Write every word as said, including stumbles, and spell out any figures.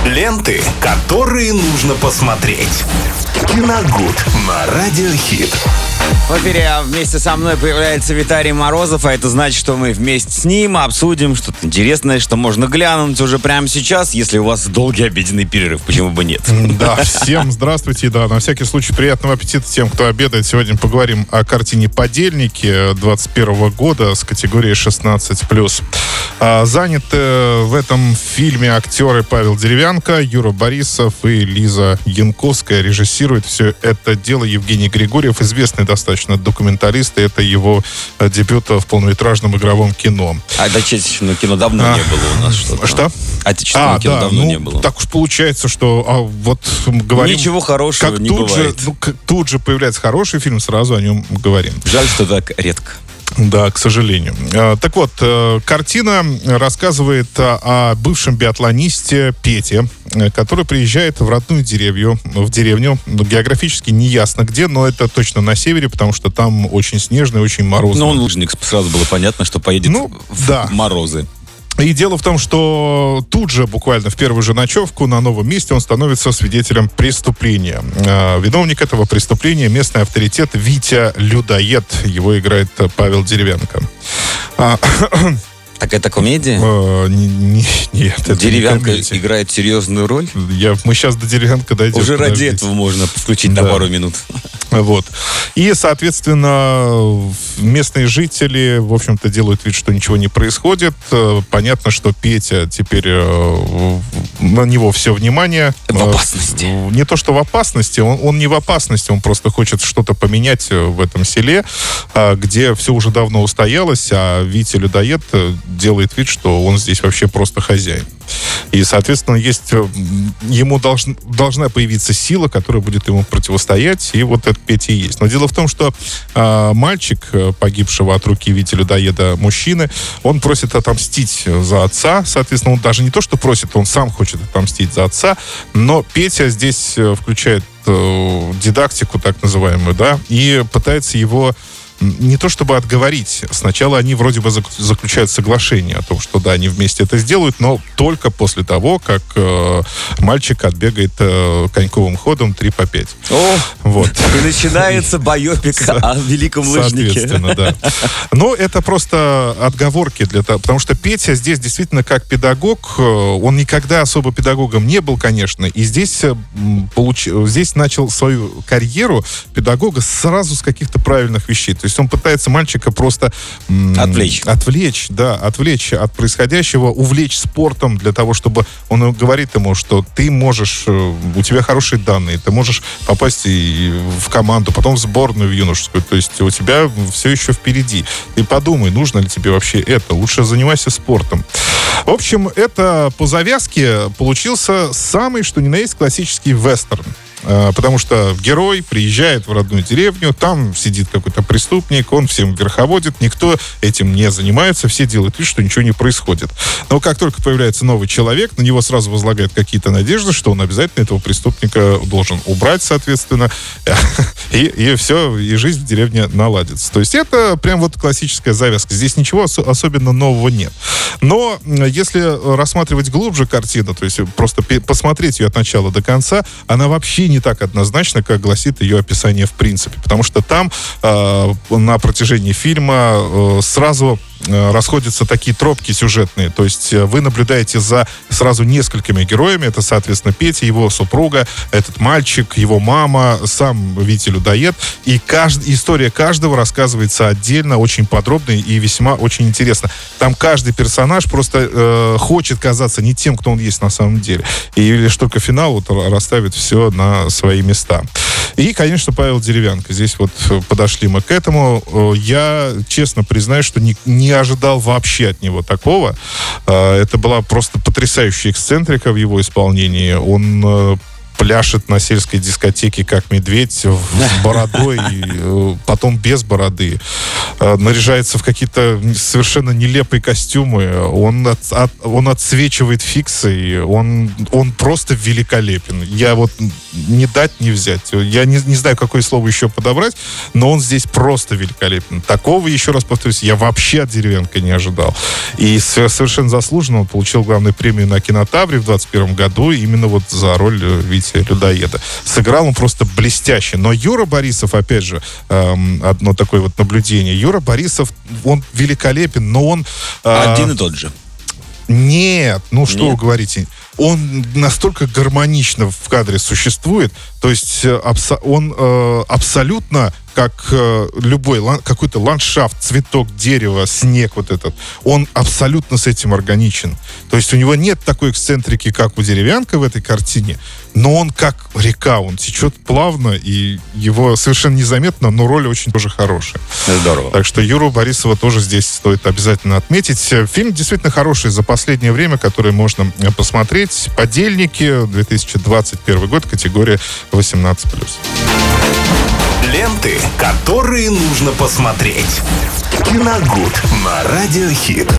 Ленты, которые нужно посмотреть. Киногуд на Радиохит. В эфире вместе со мной появляется Виталий Морозов, а это значит, что мы вместе с ним обсудим что-то интересное, что можно глянуть уже прямо сейчас, если у вас долгий обеденный перерыв, почему бы нет. Да, всем здравствуйте, да, на всякий случай приятного аппетита тем, кто обедает. Сегодня поговорим о картине «Подельники» двадцать первого года с категорией шестнадцать плюс. Заняты в этом фильме актеры Павел Деревянко, Юра Борисов и Лиза Янковская. Режиссирует все это дело Евгений Григорьев, известный достаточно документалист, и это его дебют в полнометражном игровом кино. А отечественного кино давно а, не было у нас что-то. Что? Отечественного а, кино да, давно ну, не было. Так уж получается, что а, вот говорим... Ничего хорошего как не тут бывает. Же, ну, как тут же появляется хороший фильм, сразу о нем говорим. Жаль, что так редко. Да, к сожалению. Так вот, картина рассказывает о бывшем биатлонисте Пете, который приезжает в родную деревню, в деревню, географически неясно где, но это точно на севере, потому что там очень снежно и очень морозно. Ну, он лыжник, сразу было понятно, что поедет ну, в да. морозы. И дело в том, что тут же, буквально в первую же ночевку, на новом месте он становится свидетелем преступления. Виновник этого преступления — местный авторитет Витя Людоед. Его играет Павел Деревянко. Так это комедия? А, не, не, нет, это Деревянко не играет серьезную роль? Я, мы сейчас до Деревянко дойдем. Уже ради этого можно включить да. на пару минут. Вот. И, соответственно, местные жители, в общем-то, делают вид, что ничего не происходит. Понятно, что Петя теперь на него все внимание. В опасности. Не то, что в опасности, он, он не в опасности, он просто хочет что-то поменять в этом селе, где все уже давно устоялось, а Витя Людоед делает вид, что он здесь вообще просто хозяин. И, соответственно, есть, ему долж, должна появиться сила, которая будет ему противостоять, и вот это Петя и есть. Но дело в том, что э, мальчик, погибшего от руки Вити Людоеда мужчины, он просит отомстить за отца, соответственно, он даже не то, что просит, он сам хочет отомстить за отца, но Петя здесь включает э, дидактику, так называемую, да, и пытается его не то чтобы отговорить. Сначала они вроде бы заключают соглашение о том, что да, они вместе это сделают, но только после того, как э, мальчик отбегает э, коньковым ходом три по пять. О, вот. И начинается байопик о великом лыжнике. Соответственно, да. Но это просто отговорки для того, потому что Петя здесь действительно как педагог, он никогда особо педагогом не был, конечно, и здесь, получ... здесь начал свою карьеру педагога сразу с каких-то правильных вещей. То есть он пытается мальчика просто м- отвлечь. Отвлечь, да, отвлечь от происходящего, увлечь спортом для того, чтобы он говорит ему, что ты можешь, у тебя хорошие данные, ты можешь попасть и в команду, потом в сборную в юношескую, то есть у тебя все еще впереди. Ты подумай, нужно ли тебе вообще это, лучше занимайся спортом. В общем, это по завязке получился самый, что ни на есть, классический вестерн. Потому что герой приезжает в родную деревню, там сидит какой-то преступник, он всем верховодит, никто этим не занимается, все делают вид, что ничего не происходит. Но как только появляется новый человек, на него сразу возлагают какие-то надежды, что он обязательно этого преступника должен убрать, соответственно, и, и все, и жизнь в деревне наладится. То есть это прям вот классическая завязка. Здесь ничего ос- особенно нового нет. Но если рассматривать глубже картину, то есть просто п- посмотреть ее от начала до конца, она вообще не так однозначно, как гласит ее описание в принципе. Потому что там э, на протяжении фильма э, сразу э, расходятся такие тропки сюжетные. То есть э, вы наблюдаете за сразу несколькими героями. Это, соответственно, Петя, его супруга, этот мальчик, его мама, сам Витя Людоед. И кажд... история каждого рассказывается отдельно, очень подробно и весьма очень интересно. Там каждый персонаж просто э, хочет казаться не тем, кто он есть на самом деле. И лишь только финал вот расставит все на свои места. И, конечно, Павел Деревянко. Здесь вот подошли мы к этому. Я честно признаюсь, что не, не ожидал вообще от него такого. Это была просто потрясающая эксцентрика в его исполнении. Он пляшет на сельской дискотеке, как медведь, с бородой, и потом без бороды. Наряжается в какие-то совершенно нелепые костюмы. Он, от, от, он отсвечивает фиксой. Он, он просто великолепен. Я вот не дать, не взять. Я не, не знаю, какое слово еще подобрать, но он здесь просто великолепен. Такого, еще раз повторюсь, я вообще от Деревянко не ожидал. И совершенно заслуженно он получил главную премию на Кинотавре в двадцать первом году именно вот за роль Вити Людоеда. Сыграл он просто блестяще. Но Юра Борисов, опять же, эм, одно такое вот наблюдение. Юра Борисов, он великолепен, но он... Э, Один и тот же. Нет, ну что Нет. вы говорите. Он настолько гармонично в кадре существует, то есть абсо- он э, абсолютно как э, любой лан- какой-то ландшафт, цветок, дерево, снег вот этот, он абсолютно с этим органичен. То есть у него нет такой эксцентрики, как у Деревянко в этой картине, но он как река, он течет плавно, и его совершенно незаметно, но роль очень тоже хорошая. Здорово. Так что Юру Борисова тоже здесь стоит обязательно отметить. Фильм действительно хороший за последнее время, который можно посмотреть. «Подельники», две тысячи двадцать первый год, категория восемнадцать плюс. Ленты, которые нужно посмотреть. Киногуд на Радио Хит.